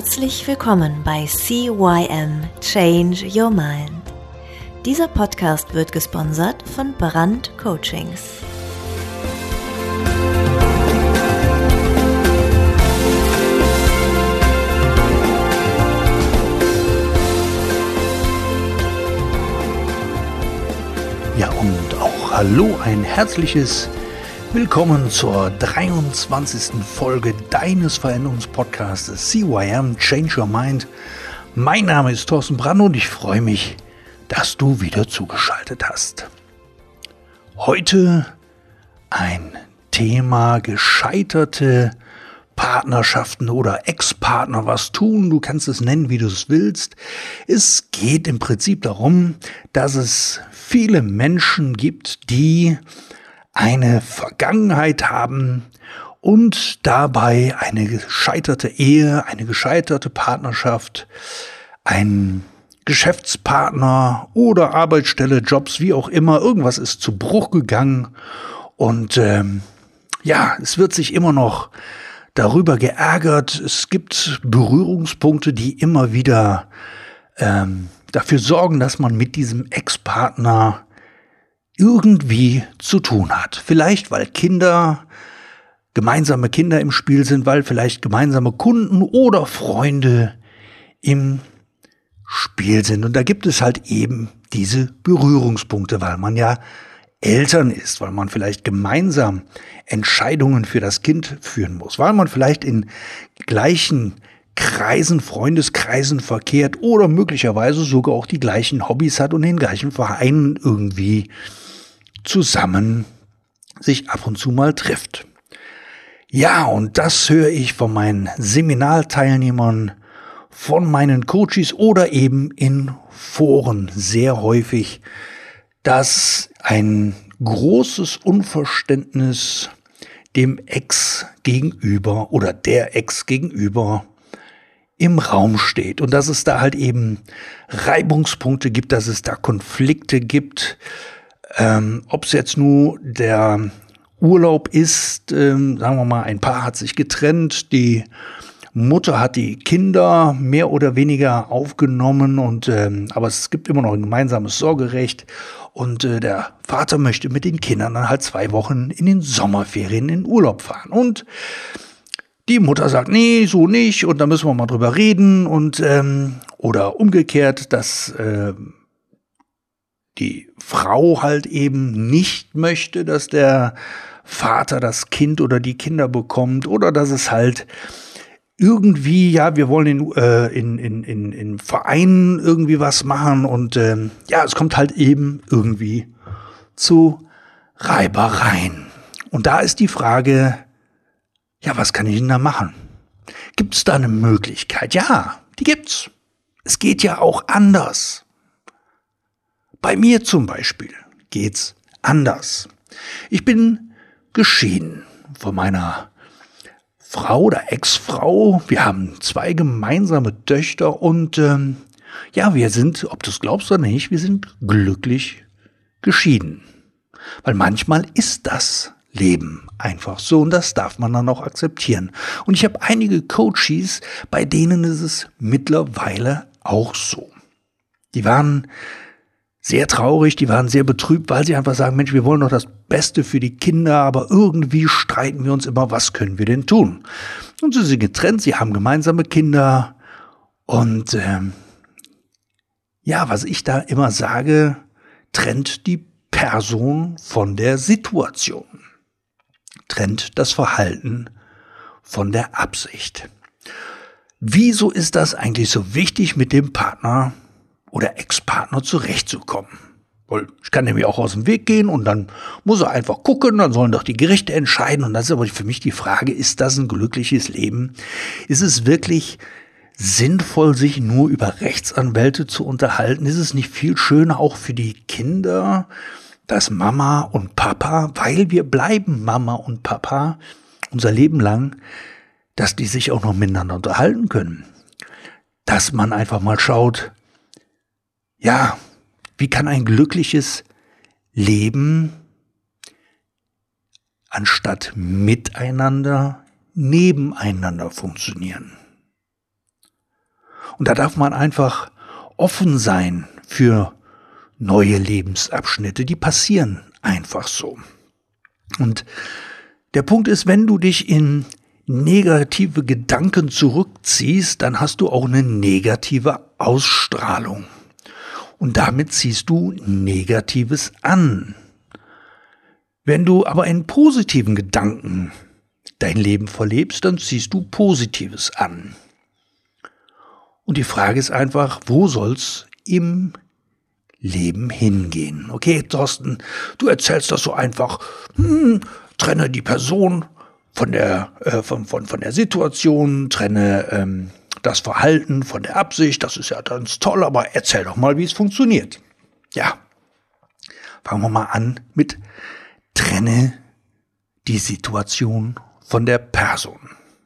Herzlich willkommen bei CYM Change Your Mind. Dieser Podcast wird gesponsert von Brand Coachings. Ja, und auch hallo, ein herzliches Willkommen zur 23. Folge deines Veränderungspodcastes CYM Change Your Mind. Mein Name ist Thorsten Brand und ich freue mich, dass du wieder zugeschaltet hast. Heute ein Thema: gescheiterte Partnerschaften oder Ex-Partner was tun. Du kannst es nennen, wie du es willst. Es geht im Prinzip darum, dass es viele Menschen gibt, die eine Vergangenheit haben und dabei eine gescheiterte Ehe, eine gescheiterte Partnerschaft, ein Geschäftspartner oder Arbeitsstelle, Jobs, wie auch immer, irgendwas ist zu Bruch gegangen und es wird sich immer noch darüber geärgert. Es gibt Berührungspunkte, die immer wieder dafür sorgen, dass man mit diesem Ex-Partner irgendwie zu tun hat. Vielleicht, weil gemeinsame Kinder im Spiel sind, weil vielleicht gemeinsame Kunden oder Freunde im Spiel sind. Und da gibt es halt eben diese Berührungspunkte, weil man ja Eltern ist, weil man vielleicht gemeinsam Entscheidungen für das Kind führen muss, weil man vielleicht in gleichen Kreisen, Freundeskreisen verkehrt oder möglicherweise sogar auch die gleichen Hobbys hat und in den gleichen Vereinen irgendwie zusammen sich ab und zu mal trifft. Ja, und das höre ich von meinen Seminarteilnehmern, von meinen Coaches oder eben in Foren sehr häufig, dass ein großes Unverständnis dem Ex gegenüber oder der Ex gegenüber im Raum steht und dass es da halt eben Reibungspunkte gibt, dass es da Konflikte gibt, ob es jetzt nur der Urlaub ist, sagen wir mal, ein Paar hat sich getrennt, die Mutter hat die Kinder mehr oder weniger aufgenommen aber es gibt immer noch ein gemeinsames Sorgerecht und der Vater möchte mit den Kindern dann halt 2 Wochen in den Sommerferien in Urlaub fahren und die Mutter sagt, nee, so nicht und da müssen wir mal drüber reden oder umgekehrt, dass die Frau halt eben nicht möchte, dass der Vater das Kind oder die Kinder bekommt oder dass es halt irgendwie, ja, wir wollen in Vereinen irgendwie was machen und es kommt halt eben irgendwie zu Reibereien. Und da ist die Frage, ja, was kann ich denn da machen? Gibt es da eine Möglichkeit? Ja, die gibt's. Es geht ja auch anders. Bei mir zum Beispiel geht's anders. Ich bin geschieden von meiner Frau oder Ex-Frau. Wir haben 2 gemeinsame Töchter und wir sind, ob du es glaubst oder nicht, wir sind glücklich geschieden. Weil manchmal ist das Leben einfach so und das darf man dann auch akzeptieren. Und ich habe einige Coaches, bei denen ist es mittlerweile auch so. Die waren sehr traurig, die waren sehr betrübt, weil sie einfach sagen, Mensch, wir wollen doch das Beste für die Kinder, aber irgendwie streiten wir uns immer, was können wir denn tun? Und sie sind getrennt, sie haben gemeinsame Kinder und was ich da immer sage, trennt die Person von der Situation, trennt das Verhalten von der Absicht. Wieso ist das eigentlich so wichtig, mit dem Partner oder Ex-Partner zurechtzukommen? Weil ich kann nämlich auch aus dem Weg gehen und dann muss er einfach gucken, dann sollen doch die Gerichte entscheiden. Und das ist aber für mich die Frage, ist das ein glückliches Leben? Ist es wirklich sinnvoll, sich nur über Rechtsanwälte zu unterhalten? Ist es nicht viel schöner auch für die Kinder, dass Mama und Papa, weil wir bleiben Mama und Papa unser Leben lang, dass die sich auch noch miteinander unterhalten können? Dass man einfach mal schaut, ja, wie kann ein glückliches Leben anstatt miteinander nebeneinander funktionieren? Und da darf man einfach offen sein für neue Lebensabschnitte. Die passieren einfach so. Und der Punkt ist, wenn du dich in negative Gedanken zurückziehst, dann hast du auch eine negative Ausstrahlung. Und damit ziehst du Negatives an. Wenn du aber in positiven Gedanken dein Leben verlebst, dann ziehst du Positives an. Und die Frage ist einfach, wo soll's im Leben hingehen? Okay, Thorsten, du erzählst das so einfach, trenne die Person von der Situation, trenne das Verhalten von der Absicht, das ist ja ganz toll, aber erzähl doch mal, wie es funktioniert. Ja, fangen wir mal an mit trenne die Situation von der Person.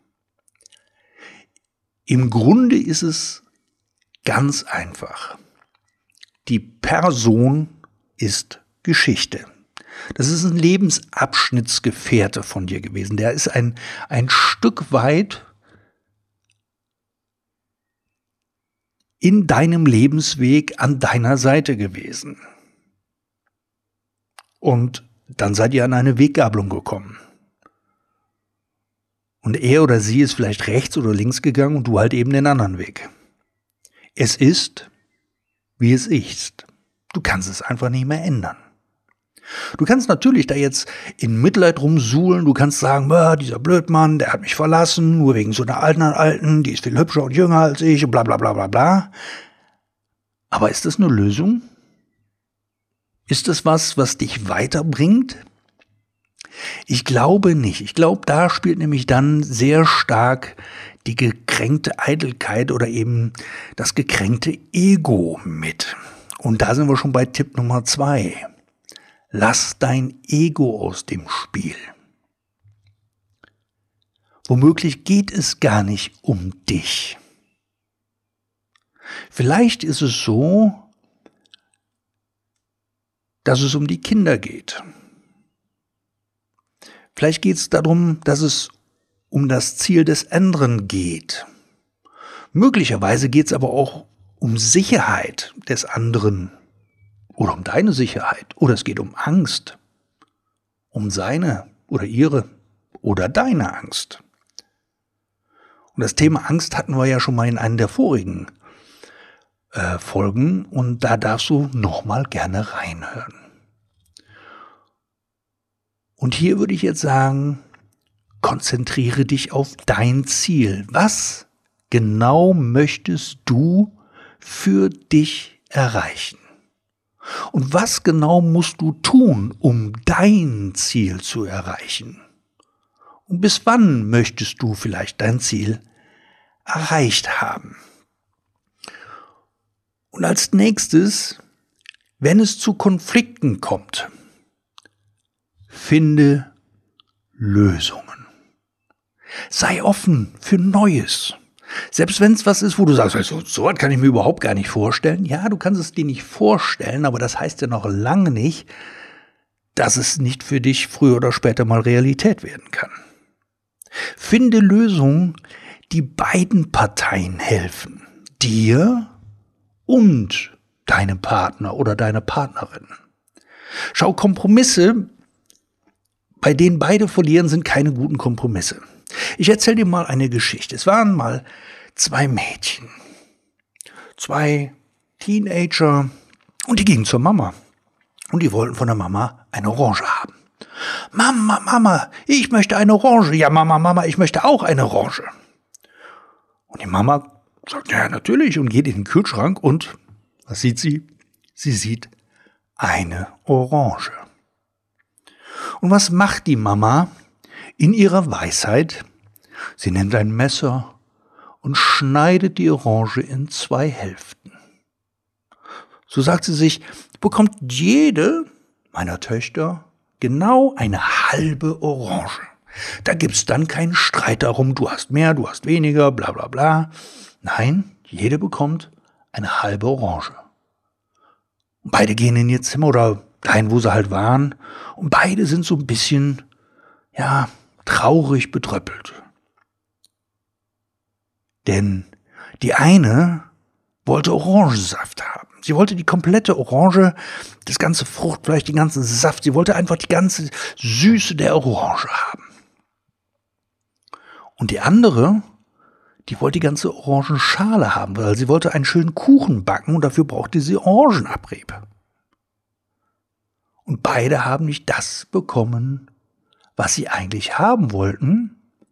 Im Grunde ist es ganz einfach. Die Person ist Geschichte. Das ist ein Lebensabschnittsgefährte von dir gewesen. Der ist ein Stück weit in deinem Lebensweg an deiner Seite gewesen. Und dann seid ihr an eine Weggabelung gekommen. Und er oder sie ist vielleicht rechts oder links gegangen und du halt eben den anderen Weg. Es ist, wie es ist. Du kannst es einfach nicht mehr ändern. Du kannst natürlich da jetzt in Mitleid rumsuhlen, du kannst sagen, dieser Blödmann, der hat mich verlassen, nur wegen so einer Alten, die ist viel hübscher und jünger als ich und bla bla bla bla bla. Aber ist das eine Lösung? Ist das was dich weiterbringt? Ich glaube nicht. Ich glaube, da spielt nämlich dann sehr stark die gekränkte Eitelkeit oder eben das gekränkte Ego mit. Und da sind wir schon bei Tipp Nummer 2. Lass dein Ego aus dem Spiel. Womöglich geht es gar nicht um dich. Vielleicht ist es so, dass es um die Kinder geht. Vielleicht geht es darum, dass es um das Ziel des anderen geht. Möglicherweise geht es aber auch um Sicherheit des anderen oder um deine Sicherheit. Oder es geht um Angst, um seine oder ihre oder deine Angst. Und das Thema Angst hatten wir ja schon mal in einer der vorigen Folgen und da darfst du nochmal gerne reinhören. Und hier würde ich jetzt sagen, konzentriere dich auf dein Ziel. Was genau möchtest du für dich erreichen? Und was genau musst du tun, um dein Ziel zu erreichen? Und bis wann möchtest du vielleicht dein Ziel erreicht haben? Und als nächstes, wenn es zu Konflikten kommt, finde Lösungen. Sei offen für Neues. Selbst wenn es was ist, wo du sagst, so was kann ich mir überhaupt gar nicht vorstellen. Ja, du kannst es dir nicht vorstellen, aber das heißt ja noch lange nicht, dass es nicht für dich früher oder später mal Realität werden kann. Finde Lösungen, die beiden Parteien helfen. Dir und deinem Partner oder deiner Partnerin. Schau, Kompromisse, bei denen beide verlieren, sind keine guten Kompromisse. Ich erzähle dir mal eine Geschichte. Es waren mal 2 Mädchen, 2 Teenager und die gingen zur Mama. Und die wollten von der Mama eine Orange haben. Mama, ich möchte eine Orange. Ja, Mama, ich möchte auch eine Orange. Und die Mama sagt, ja, natürlich, und geht in den Kühlschrank und was sieht sie? Sie sieht eine Orange. Und was macht die Mama in ihrer Weisheit? Sie nimmt ein Messer und schneidet die Orange in 2 Hälften. So sagt sie sich, bekommt jede meiner Töchter genau eine halbe Orange. Da gibt's dann keinen Streit darum, du hast mehr, du hast weniger, bla bla bla. Nein, jede bekommt eine halbe Orange. Und beide gehen in ihr Zimmer oder dahin, wo sie halt waren. Und beide sind so ein bisschen, traurig betröppelt. Denn die eine wollte Orangensaft haben. Sie wollte die komplette Orange, das ganze Fruchtfleisch, den ganzen Saft. Sie wollte einfach die ganze Süße der Orange haben. Und die andere, die wollte die ganze Orangenschale haben, weil sie wollte einen schönen Kuchen backen und dafür brauchte sie Orangenabrieb. Und beide haben nicht das bekommen, was sie eigentlich haben wollten.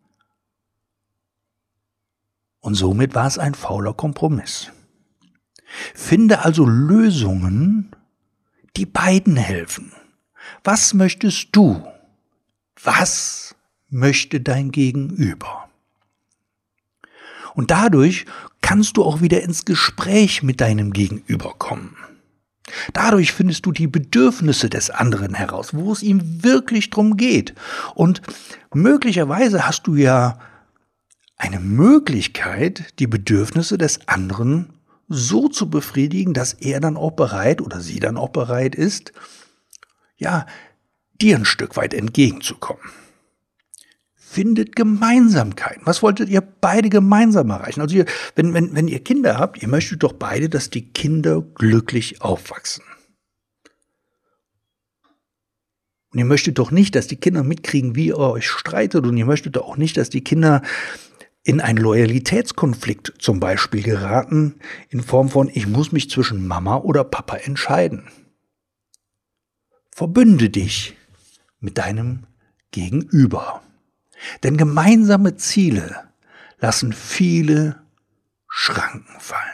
Und somit war es ein fauler Kompromiss. Finde also Lösungen, die beiden helfen. Was möchtest du? Was möchte dein Gegenüber? Und dadurch kannst du auch wieder ins Gespräch mit deinem Gegenüber kommen. Dadurch findest du die Bedürfnisse des anderen heraus, wo es ihm wirklich drum geht. Und möglicherweise hast du ja eine Möglichkeit, die Bedürfnisse des anderen so zu befriedigen, dass er dann auch bereit oder sie dann auch bereit ist, ja, dir ein Stück weit entgegenzukommen. Findet Gemeinsamkeiten. Was wolltet ihr beide gemeinsam erreichen? Also wenn ihr Kinder habt, ihr möchtet doch beide, dass die Kinder glücklich aufwachsen. Und ihr möchtet doch nicht, dass die Kinder mitkriegen, wie ihr euch streitet. Und ihr möchtet doch auch nicht, dass die Kinder in einen Loyalitätskonflikt zum Beispiel geraten, in Form von, ich muss mich zwischen Mama oder Papa entscheiden. Verbünde dich mit deinem Gegenüber. Denn gemeinsame Ziele lassen viele Schranken fallen.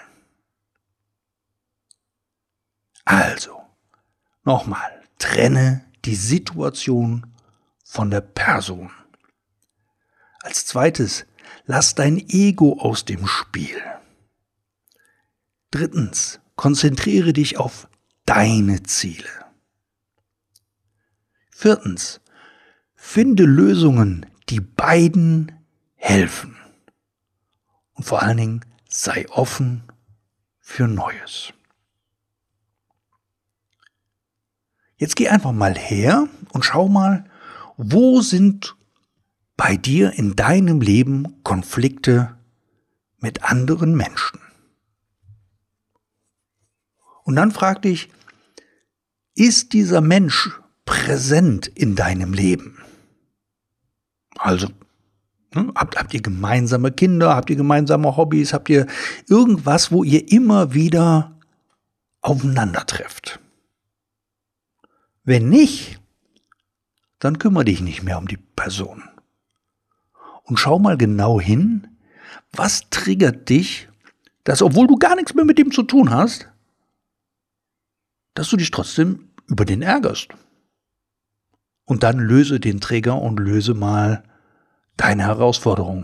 Also, nochmal, trenne die Situation von der Person. Als zweites, lass dein Ego aus dem Spiel. Drittens, konzentriere dich auf deine Ziele. Viertens, finde Lösungen, die beiden helfen. Und vor allen Dingen, sei offen für Neues. Jetzt geh einfach mal her und schau mal, wo sind bei dir in deinem Leben Konflikte mit anderen Menschen? Und dann frag dich, ist dieser Mensch präsent in deinem Leben? Also, habt ihr gemeinsame Kinder, habt ihr gemeinsame Hobbys, habt ihr irgendwas, wo ihr immer wieder aufeinander trefft? Wenn nicht, dann kümmere dich nicht mehr um die Person. Und schau mal genau hin, was triggert dich, dass, obwohl du gar nichts mehr mit dem zu tun hast, dass du dich trotzdem über den ärgerst. Und dann löse den Trigger und löse mal deine Herausforderung.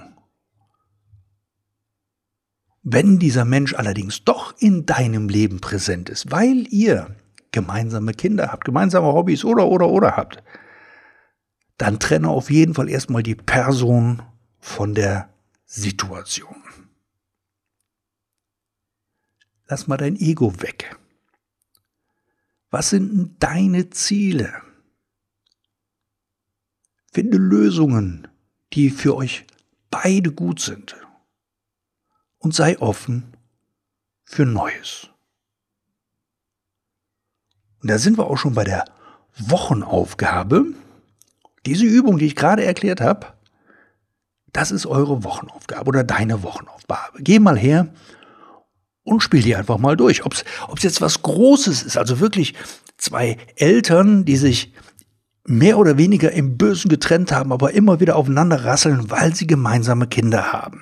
Wenn dieser Mensch allerdings doch in deinem Leben präsent ist, weil ihr gemeinsame Kinder habt, gemeinsame Hobbys oder habt, dann trenne auf jeden Fall erstmal die Person von der Situation. Lass mal dein Ego weg. Was sind denn deine Ziele? Finde Lösungen, die für euch beide gut sind. Und sei offen für Neues. Und da sind wir auch schon bei der Wochenaufgabe. Diese Übung, die ich gerade erklärt habe, das ist eure Wochenaufgabe oder deine Wochenaufgabe. Geh mal her und spiel die einfach mal durch. Ob es jetzt was Großes ist, also wirklich zwei Eltern, die sich mehr oder weniger im Bösen getrennt haben, aber immer wieder aufeinander rasseln, weil sie gemeinsame Kinder haben.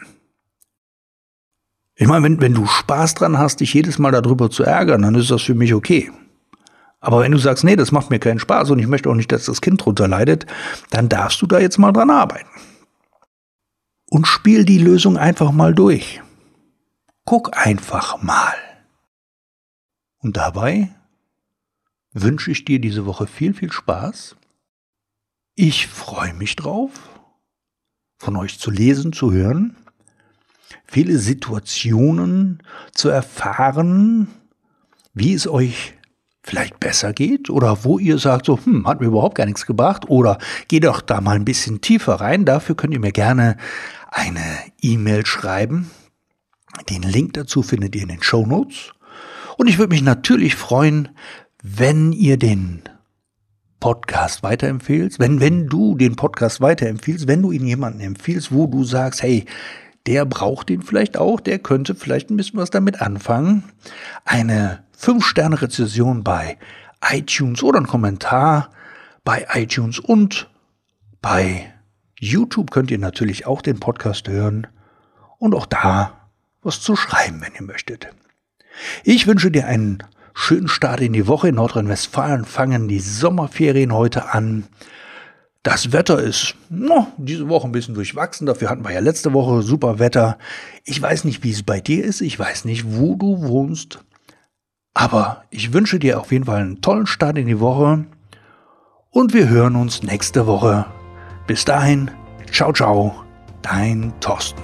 Ich meine, wenn du Spaß dran hast, dich jedes Mal darüber zu ärgern, dann ist das für mich okay. Aber wenn du sagst, nee, das macht mir keinen Spaß und ich möchte auch nicht, dass das Kind drunter leidet, dann darfst du da jetzt mal dran arbeiten. Und spiel die Lösung einfach mal durch. Guck einfach mal. Und dabei wünsche ich dir diese Woche viel, viel Spaß. Ich freue mich drauf, von euch zu lesen, zu hören, viele Situationen zu erfahren, wie es euch vielleicht besser geht oder wo ihr sagt, so, hat mir überhaupt gar nichts gebracht oder geht doch da mal ein bisschen tiefer rein. Dafür könnt ihr mir gerne eine E-Mail schreiben Den Link dazu findet ihr in den Shownotes. Und ich würde mich natürlich freuen, wenn ihr den Podcast weiterempfehlst, wenn du den Podcast weiterempfiehlst, wenn du ihn jemandem empfiehlst, wo du sagst, hey, der braucht den vielleicht auch, der könnte vielleicht ein bisschen was damit anfangen. Eine 5-Sterne-Rezension bei iTunes oder ein Kommentar bei iTunes und bei YouTube könnt ihr natürlich auch den Podcast hören und auch da was zu schreiben, wenn ihr möchtet. Ich wünsche dir einen schönen Start in die Woche. In Nordrhein-Westfalen fangen die Sommerferien heute an. Das Wetter ist diese Woche ein bisschen durchwachsen. Dafür hatten wir ja letzte Woche super Wetter. Ich weiß nicht, wie es bei dir ist. Ich weiß nicht, wo du wohnst. Aber ich wünsche dir auf jeden Fall einen tollen Start in die Woche. Und wir hören uns nächste Woche. Bis dahin, ciao, ciao, dein Thorsten.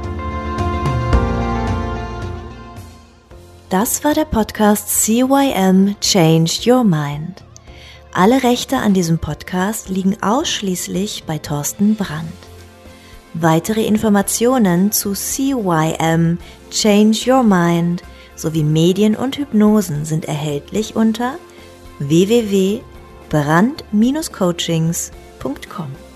Das war der Podcast CYM Change Your Mind. Alle Rechte an diesem Podcast liegen ausschließlich bei Thorsten Brandt. Weitere Informationen zu CYM Change Your Mind sowie Medien und Hypnosen sind erhältlich unter www.brandt-coachings.com.